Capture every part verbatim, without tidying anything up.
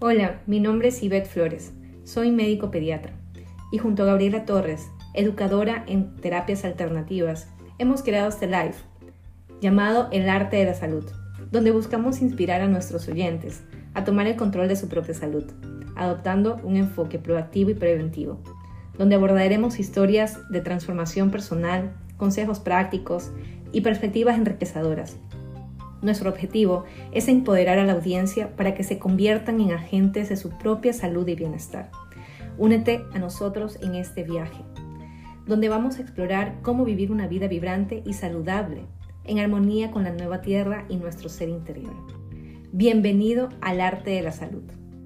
Hola, mi nombre es Ivette Flores, soy médico pediatra y junto a Gabriela Torres, educadora en terapias alternativas, hemos creado este live llamado El Arte de la Salud, donde buscamos inspirar a nuestros oyentes a tomar el control de su propia salud, adoptando un enfoque proactivo y preventivo, donde abordaremos historias de transformación personal, consejos prácticos y perspectivas enriquecedoras. Nuestro objetivo es empoderar a la audiencia para que se conviertan en agentes de su propia salud y bienestar. Únete a nosotros en este viaje, donde vamos a explorar cómo vivir una vida vibrante y saludable, en armonía con la nueva tierra y nuestro ser interior. Bienvenido al Arte de la Salud.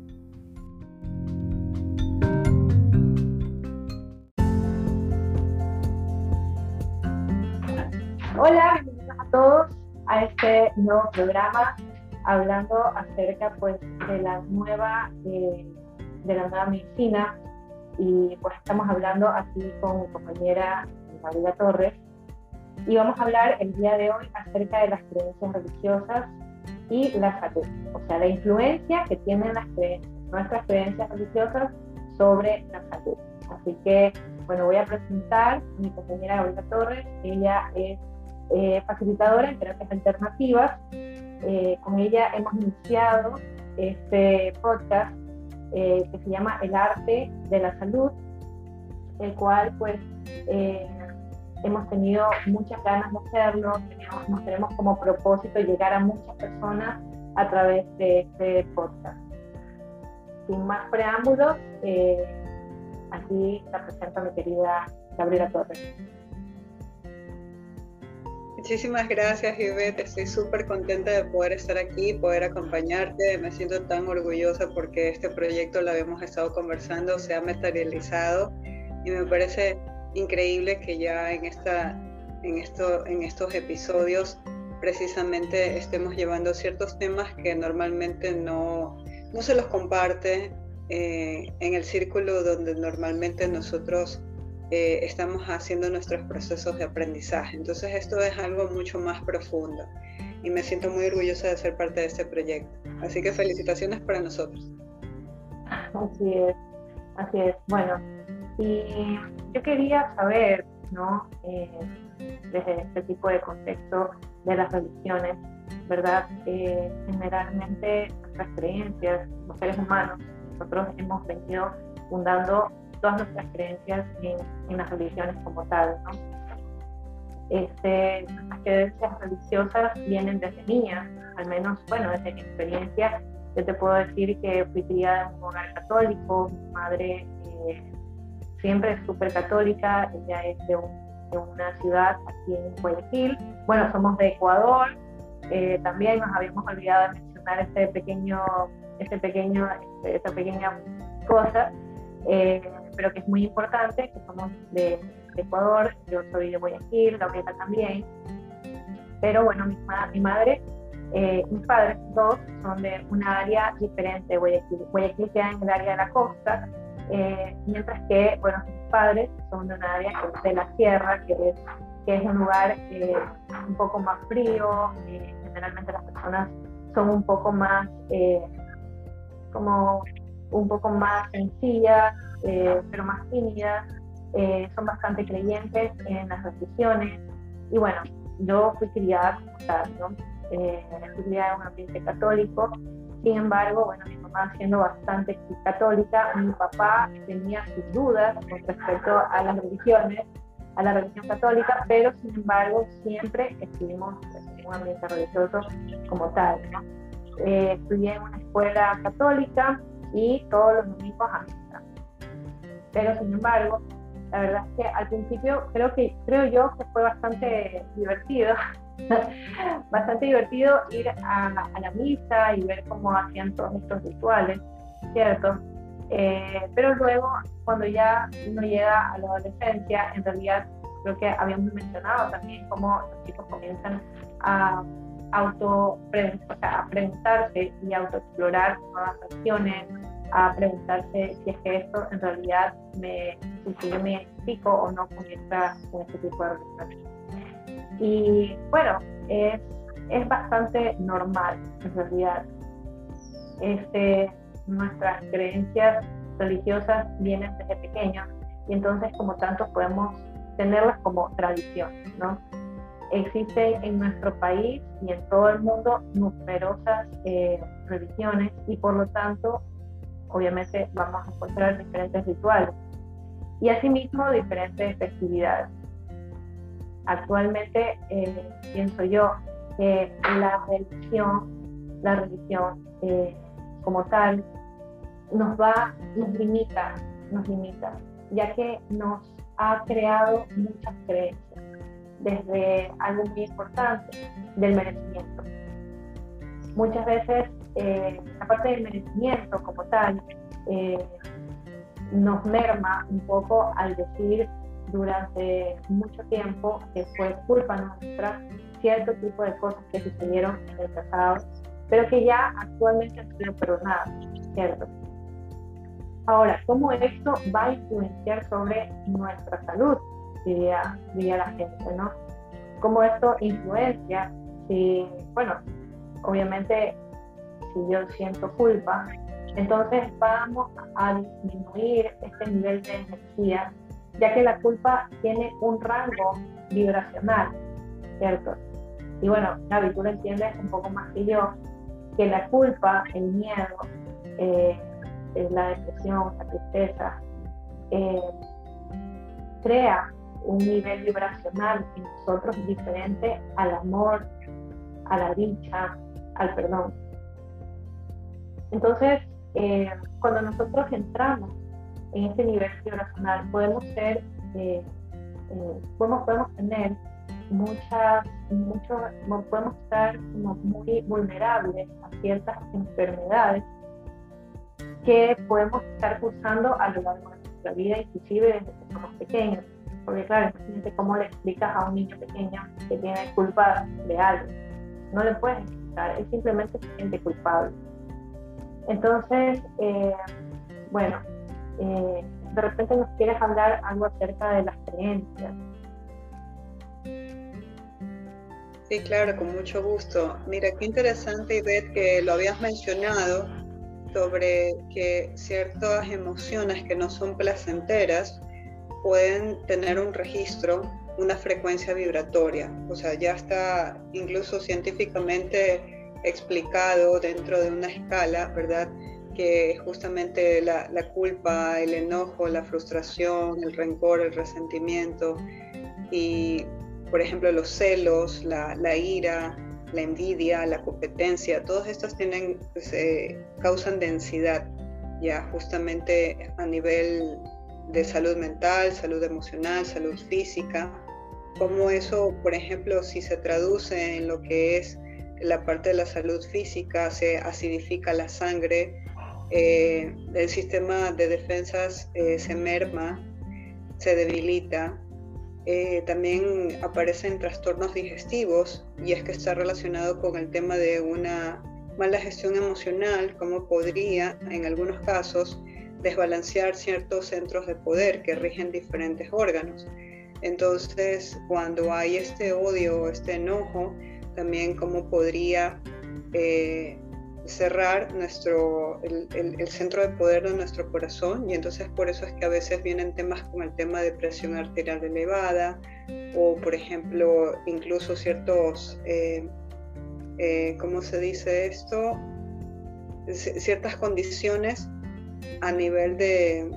Hola, bienvenidos a todos a este nuevo programa hablando acerca pues de la nueva eh, de la nueva medicina, y pues estamos hablando aquí con mi compañera Gabriela Torres, y vamos a hablar el día de hoy acerca de las creencias religiosas y la salud, o sea, la influencia que tienen las creencias, nuestras creencias religiosas sobre la salud. Así que, bueno, voy a presentar a mi compañera Gabriela Torres. Ella es Eh, facilitadora en terapias alternativas. Eh, con ella hemos iniciado este podcast eh, que se llama El Arte de la Salud, el cual pues eh, hemos tenido muchas ganas de hacerlo. Tenemos, nos tenemos como propósito llegar a muchas personas a través de este podcast. Sin más preámbulos, eh, aquí la presento a mi querida Gabriela Torres. Muchísimas gracias, Ivette. Estoy súper contenta de poder estar aquí, poder acompañarte. Me siento tan orgullosa porque este proyecto lo habíamos estado conversando, se ha materializado y me parece increíble que ya en, esta, en, esto, en estos episodios precisamente estemos llevando ciertos temas que normalmente no, no se los comparte eh, en el círculo donde normalmente nosotros Eh, estamos haciendo nuestros procesos de aprendizaje. Entonces esto es algo mucho más profundo y me siento muy orgullosa de ser parte de este proyecto. Así que felicitaciones para nosotros. Así es, así es. Bueno, y yo quería saber, ¿no? Eh, desde este tipo de contexto de las religiones, ¿verdad? Eh, generalmente nuestras creencias, los seres humanos, nosotros hemos venido fundando todas nuestras creencias en, en las religiones como tal, ¿no? Este, nuestras creencias religiosas vienen desde niñas, al menos, bueno, desde mi experiencia, yo te puedo decir que fui criada en un hogar católico. Mi madre eh, siempre es súper católica, ella es de, un, de una ciudad aquí en Guayaquil. Bueno, somos de Ecuador, eh, también nos habíamos olvidado de mencionar este pequeño, este pequeño, este, esta pequeña cosa, Eh, pero que es muy importante, que somos de, de Ecuador. Yo soy de Guayaquil, Gabriela también, pero bueno, mi, mi madre, eh, mis padres dos son de una área diferente de Guayaquil. Guayaquil queda en el área de la costa, eh, mientras que, bueno, mis padres son de una área de la sierra, que es, que es un lugar eh, un poco más frío. Eh, generalmente las personas son un poco más, eh, como un poco más sencillas, eh, pero más tímidas, eh, son bastante creyentes en las religiones, y bueno, yo fui criada como tal, ¿no? Eh, fui criada en un ambiente católico. Sin embargo, bueno, mi mamá siendo bastante católica, mi papá tenía sus dudas con respecto a las religiones, a la religión católica, pero sin embargo siempre estuvimos en un ambiente religioso como tal, ¿no? Eh, estudié en una escuela católica y todos los domingos a misa. Pero sin embargo, la verdad es que al principio creo que creo yo que fue bastante divertido, bastante divertido ir a, a la misa y ver cómo hacían todos estos rituales, ¿cierto? Eh, pero luego, cuando ya uno llega a la adolescencia, en realidad creo que habíamos mencionado también cómo los chicos comienzan a auto, o sea, a preguntarse y autoexplorar nuevas acciones, a preguntarse si es que esto en realidad me, si yo me identifico o no con, esta, con este tipo de relaciones. Y bueno, es, es bastante normal en realidad. Este, nuestras creencias religiosas vienen desde pequeños y entonces como tanto podemos tenerlas como tradición, ¿no? Existen en nuestro país y en todo el mundo numerosas eh, religiones y por lo tanto obviamente vamos a encontrar diferentes rituales y asimismo diferentes festividades. Actualmente eh, pienso yo que la religión, la religión eh, como tal nos va, nos limita, nos limita, ya que nos ha creado muchas creencias, desde algo muy importante, del merecimiento. Muchas veces eh, la parte del merecimiento como tal eh, nos merma un poco al decir durante mucho tiempo que fue culpa nuestra cierto tipo de cosas que sucedieron en el pasado, pero que ya actualmente han sido perdonadas, ¿cierto? Ahora, ¿cómo esto va a influenciar sobre nuestra salud? Diría, diría la gente, ¿no? ¿Cómo esto influencia? Si, bueno, obviamente, si yo siento culpa, entonces vamos a disminuir este nivel de energía, ya que la culpa tiene un rango vibracional, ¿cierto? Y bueno, Gaby, tú lo entiendes un poco más que yo, que la culpa, el miedo, eh, la depresión, la tristeza, eh, crea un nivel vibracional en nosotros diferente al amor, a la dicha, al perdón. Entonces, eh, cuando nosotros entramos en este nivel vibracional, podemos ser, eh, eh, podemos, podemos tener muchas, mucho, podemos estar como muy vulnerables a ciertas enfermedades que podemos estar cursando a lo largo de nuestra vida, inclusive desde que somos pequeños. Porque claro, imagínate cómo le explicas a un niño pequeño que tiene culpa de algo. No le puedes explicar, él simplemente se siente culpable. Entonces, eh, bueno, eh, de repente nos quieres hablar algo acerca de las creencias. Sí, claro, con mucho gusto. Mira, qué interesante, Ivette, que lo habías mencionado sobre que ciertas emociones que no son placenteras pueden tener un registro, una frecuencia vibratoria. O sea, ya está incluso científicamente explicado dentro de una escala, ¿verdad? Que justamente la, la culpa, el enojo, la frustración, el rencor, el resentimiento y, por ejemplo, los celos, la, la ira, la envidia, la competencia, todas estas tienen, pues, eh, causan densidad, ya justamente a nivel de salud mental, salud emocional, salud física. Como eso, por ejemplo, si se traduce en lo que es la parte de la salud física, se acidifica la sangre, eh, el sistema de defensas eh, se merma, se debilita. Eh, también aparecen trastornos digestivos y es que está relacionado con el tema de una mala gestión emocional, como podría en algunos casos desbalancear ciertos centros de poder que rigen diferentes órganos. Entonces, cuando hay este odio, este enojo, también cómo podría eh, cerrar nuestro, el, el, el centro de poder de nuestro corazón, y entonces por eso es que a veces vienen temas como el tema de presión arterial elevada o, por ejemplo, incluso ciertos, eh, eh, ¿cómo se dice esto? C- ciertas condiciones a nivel de,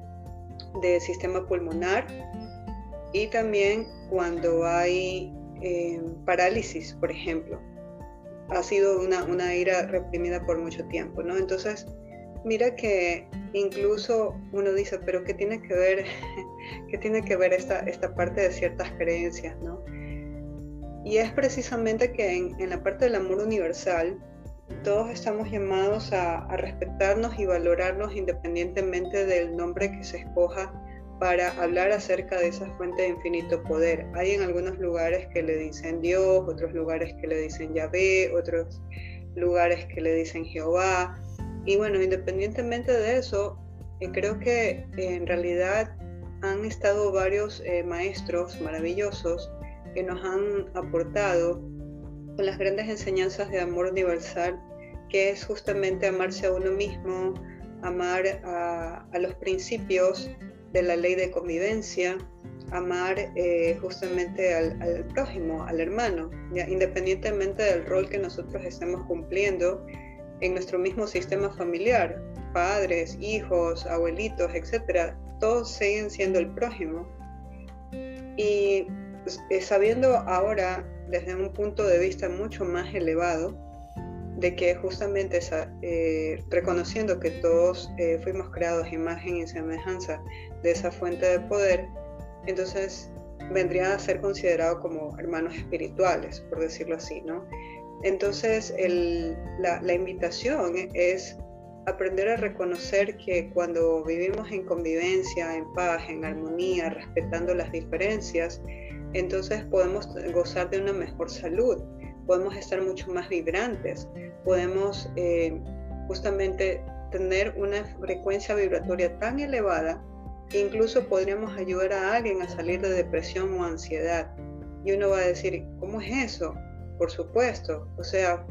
de sistema pulmonar, y también cuando hay eh, parálisis, por ejemplo. Ha sido una, una ira reprimida por mucho tiempo, ¿no? Entonces, mira que incluso uno dice, pero ¿qué tiene que ver, qué tiene que ver esta, esta parte de ciertas creencias, ¿no? Y es precisamente que en, en la parte del amor universal, todos estamos llamados a, a respetarnos y valorarnos independientemente del nombre que se escoja para hablar acerca de esa fuente de infinito poder. Hay en algunos lugares que le dicen Dios, otros lugares que le dicen Yahvé, otros lugares que le dicen Jehová. Y bueno, independientemente de eso, eh, creo que eh, en realidad han estado varios eh, maestros maravillosos que nos han aportado con las grandes enseñanzas de amor universal que es justamente amarse a uno mismo, amar a, a los principios de la ley de convivencia, amar eh, justamente al, al prójimo, al hermano, ¿ya? Independientemente del rol que nosotros estemos cumpliendo en nuestro mismo sistema familiar, padres, hijos, abuelitos, etcétera, todos siguen siendo el prójimo. Y eh, sabiendo ahora, desde un punto de vista mucho más elevado, de que justamente esa, eh, reconociendo que todos eh, fuimos creados a imagen y semejanza de esa fuente de poder, entonces vendría a ser considerado como hermanos espirituales, por decirlo así, ¿no? Entonces el, la, la invitación es aprender a reconocer que cuando vivimos en convivencia, en paz, en armonía, respetando las diferencias, entonces podemos gozar de una mejor salud, podemos estar mucho más vibrantes, podemos eh, justamente tener una frecuencia vibratoria tan elevada que incluso podríamos ayudar a alguien a salir de depresión o ansiedad. Y uno va a decir, ¿cómo es eso? Por supuesto, o sea,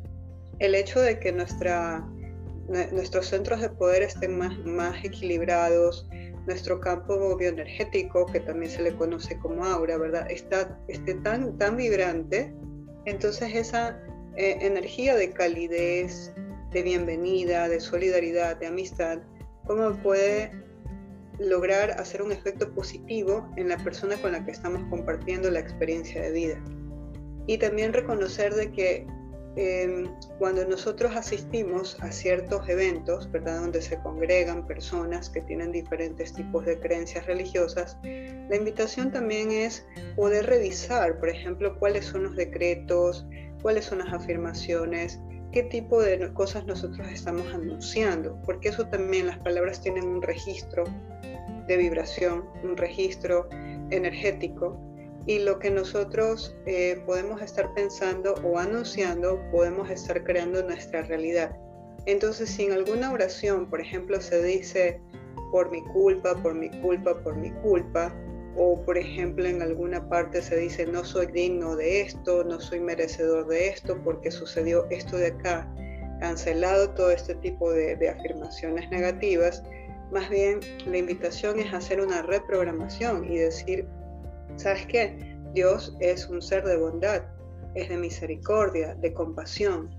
el hecho de que nuestra, nuestros centros de poder estén más, más equilibrados, nuestro campo bioenergético, que también se le conoce como aura, ¿verdad?, está, esté tan, tan vibrante, entonces esa eh, energía de calidez, de bienvenida, de solidaridad, de amistad, ¿cómo puede lograr hacer un efecto positivo en la persona con la que estamos compartiendo la experiencia de vida? Y también reconocer de que eh, cuando nosotros asistimos a ciertos eventos, ¿verdad?, donde se congregan personas que tienen diferentes tipos de creencias religiosas, la invitación también es poder revisar, por ejemplo, cuáles son los decretos, cuáles son las afirmaciones, qué tipo de cosas nosotros estamos anunciando, porque eso también, las palabras tienen un registro de vibración, un registro energético, y lo que nosotros eh, podemos estar pensando o anunciando, podemos estar creando nuestra realidad. Entonces, si en alguna oración, por ejemplo, se dice por mi culpa, por mi culpa, por mi culpa, o por ejemplo en alguna parte se dice no soy digno de esto, no soy merecedor de esto porque sucedió esto de acá, cancelado todo este tipo de, de afirmaciones negativas, más bien la invitación es hacer una reprogramación y decir, ¿sabes qué? Dios es un ser de bondad, es de misericordia, de compasión.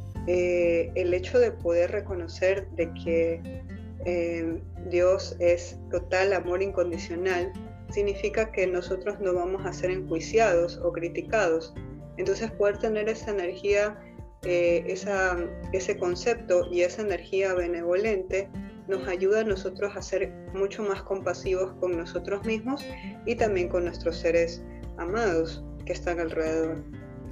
Eh, el hecho de poder reconocer de que eh, Dios es total amor incondicional significa que nosotros no vamos a ser enjuiciados o criticados. Entonces poder tener esa energía, eh, esa, ese concepto y esa energía benevolente nos ayuda a nosotros a ser mucho más compasivos con nosotros mismos y también con nuestros seres amados que están alrededor.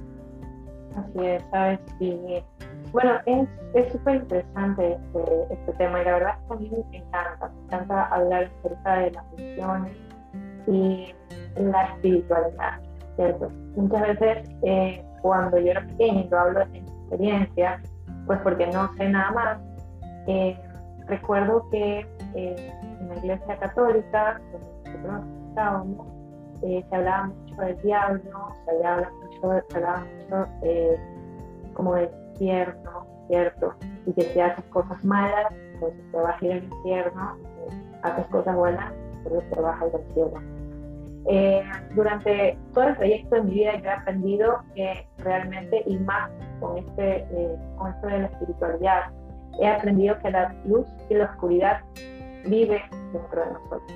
Así es, ¿sabes? Y bueno, es súper interesante este, este tema y la verdad es que a mí me encanta, me encanta hablar acerca de las visiones y la espiritualidad, ¿cierto? Muchas veces eh, cuando yo era pequeña y yo hablo de mi experiencia, pues porque no sé nada más, eh, recuerdo que eh, en la iglesia católica, donde nosotros estábamos, eh, se hablaba mucho del diablo, se hablaba mucho, se hablaba mucho eh, como del infierno, ¿cierto? Y que si haces cosas malas, pues te vas a ir al infierno, si haces cosas buenas, pues te vas a ir al cielo. Eh, durante todo el trayecto de mi vida yo he aprendido que realmente, y más con, este, eh, con esto de la espiritualidad, he aprendido que la luz y la oscuridad vive dentro de nosotros.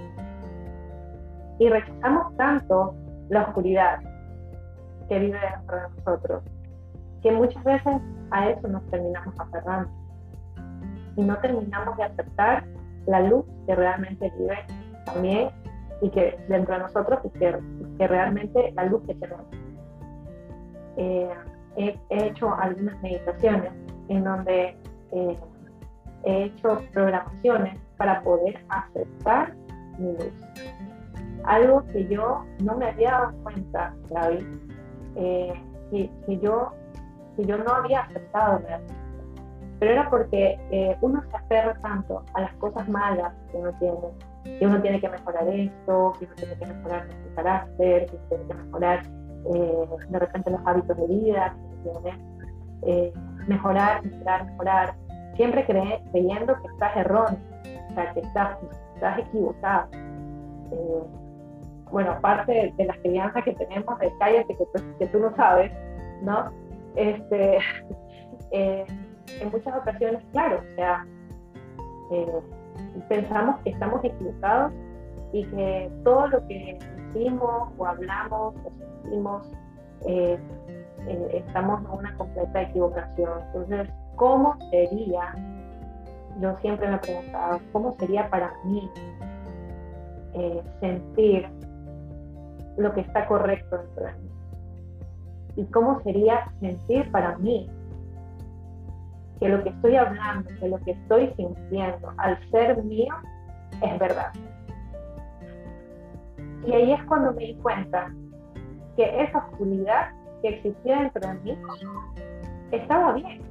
Y rechazamos tanto la oscuridad que vive dentro de nosotros, que muchas veces a eso nos terminamos aferrando. Y no terminamos de aceptar la luz que realmente vive también y que dentro de nosotros y que, que realmente la luz que tenemos. Eh, he, he hecho algunas meditaciones en donde eh, he hecho programaciones para poder aceptar mi luz. Algo que yo no me había dado cuenta, Gaby, eh, que, que, yo, que yo no había aceptado realmente. Pero era porque eh, uno se aferra tanto a las cosas malas que uno tiene, que uno tiene que mejorar esto, que uno tiene que mejorar su carácter, que uno tiene que mejorar eh, de repente los hábitos de vida que uno tiene. eh, mejorar, mejorar, mejorar, siempre cree, creyendo que estás erróneo, o sea, que estás, estás equivocado. Eh, bueno, aparte de, de las crianzas que tenemos de cállate que, que tú no sabes, ¿no? Este, eh, en muchas ocasiones, claro, o sea, eh, pensamos que estamos equivocados y que todo lo que decimos o hablamos o sentimos eh, eh, estamos en una completa equivocación. Entonces, ¿cómo sería? Yo siempre me preguntaba, ¿cómo sería para mí eh, sentir lo que está correcto dentro de mí? ¿Y cómo sería sentir para mí que lo que estoy hablando, que lo que estoy sintiendo, al ser mío, es verdad? Y ahí es cuando me di cuenta que esa oscuridad que existía dentro de mí estaba bien.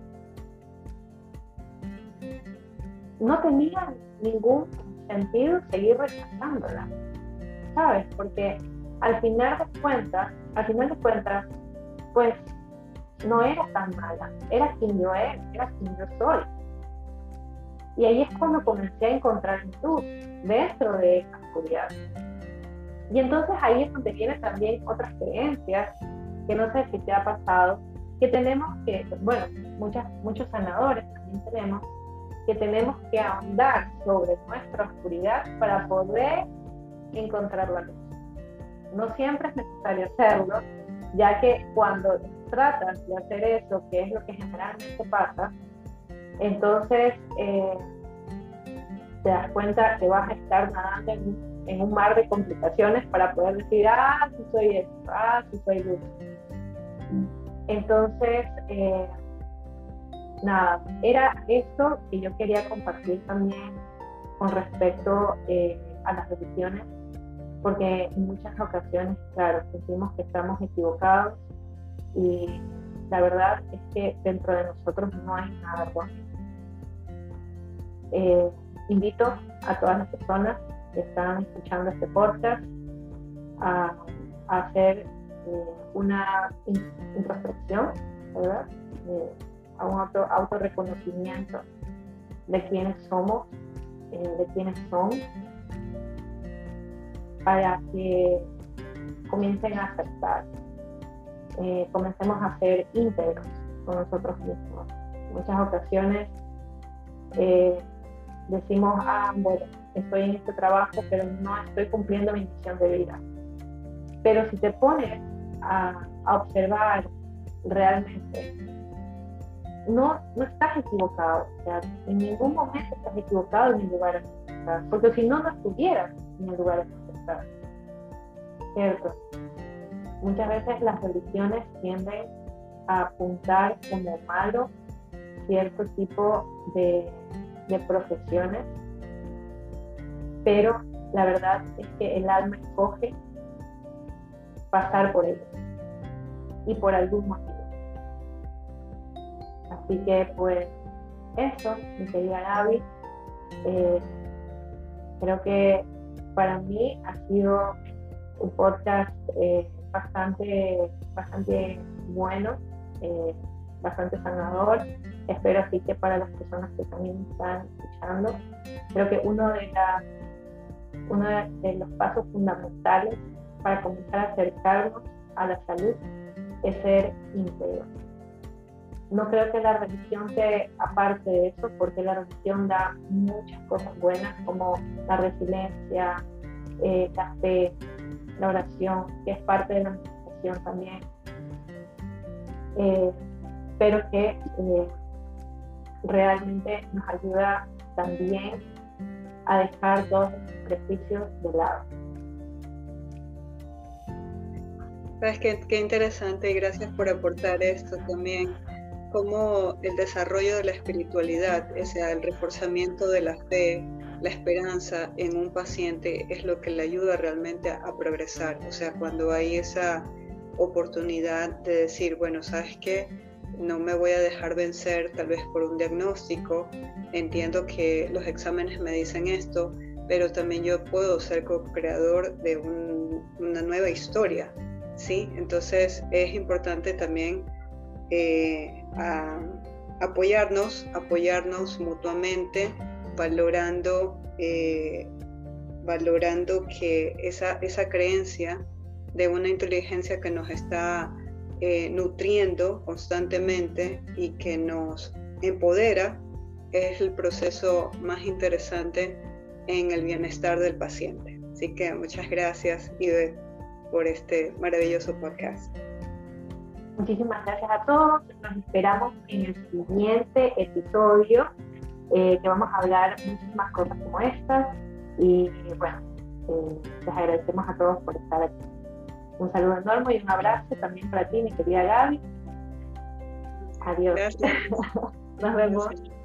No tenía ningún sentido seguir rechazándola, ¿sabes? Porque al final de cuentas, al final de cuentas, pues no era tan mala, era quien yo era, era quien yo soy. Y ahí es cuando comencé a encontrar mi luz dentro de esa oscuridad. Y entonces ahí es donde vienen también otras creencias, que no sé si te ha pasado, que tenemos que, bueno, muchas, muchos sanadores también tenemos, que tenemos que ahondar sobre nuestra oscuridad para poder encontrar la luz. No siempre es necesario hacerlo, ya que cuando tratas de hacer eso, que es lo que generalmente pasa, entonces eh, te das cuenta que vas a estar nadando en un en un mar de complicaciones para poder decir, ah, sí soy esto, ah, sí soy luz. Entonces, eh, nada, era esto que yo quería compartir también con respecto eh, a las religiones, porque en muchas ocasiones, claro, sentimos que estamos equivocados y la verdad es que dentro de nosotros no hay nada bueno. Eh, invito a todas las personas que están escuchando este podcast a, a hacer eh, una in, introspección, ¿verdad? Eh, a un auto, autorreconocimiento de quiénes somos, eh, de quiénes son, para que comiencen a aceptar, eh, comencemos a ser íntegros con nosotros mismos. En muchas ocasiones eh, decimos, ah, bueno, estoy en este trabajo, pero no estoy cumpliendo mi misión de vida. Pero si te pones a, a observar realmente, no, no estás equivocado, o sea, en ningún momento estás equivocado en el lugar en el que estás, porque si no, no estuvieras en el lugar en el que estás, ¿cierto? Muchas veces las religiones tienden a apuntar como malo cierto tipo de, de profesiones, pero la verdad es que el alma escoge pasar por ello y por algún motivo. Así que pues eso, mi querida Gaby, eh, creo que para mí ha sido un podcast eh, bastante, bastante bueno, eh, bastante sanador. Espero así que para las personas que también están escuchando, creo que uno de las uno de los pasos fundamentales para comenzar a acercarnos a la salud es ser íntegro. No creo que la religión sea aparte de eso, porque la religión da muchas cosas buenas, como la resiliencia, eh, la fe, la oración, que es parte de la meditación también, eh, pero que eh, realmente nos ayuda también a dejar todos los prejuicios de lado. Sabes qué, qué interesante, y gracias por aportar esto también, como el desarrollo de la espiritualidad, o sea, el reforzamiento de la fe, la esperanza en un paciente es lo que le ayuda realmente a, a progresar. O sea, cuando hay esa oportunidad de decir, bueno, ¿sabes qué? No me voy a dejar vencer tal vez por un diagnóstico, entiendo que los exámenes me dicen esto, pero también yo puedo ser co-creador de un, una nueva historia, ¿sí? Entonces es importante también eh, a apoyarnos, apoyarnos mutuamente, valorando, eh, valorando que esa, esa creencia de una inteligencia que nos está eh, nutriendo constantemente y que nos empodera es el proceso más interesante en el bienestar del paciente. Así que muchas gracias, Ivette, por este maravilloso podcast. Muchísimas gracias a todos. Nos esperamos en el siguiente episodio, eh, que vamos a hablar muchísimas cosas como estas. Y bueno, eh, les agradecemos a todos por estar aquí. Un saludo enorme y un abrazo también para ti, mi querida Gaby. Adiós. Gracias. Nos vemos.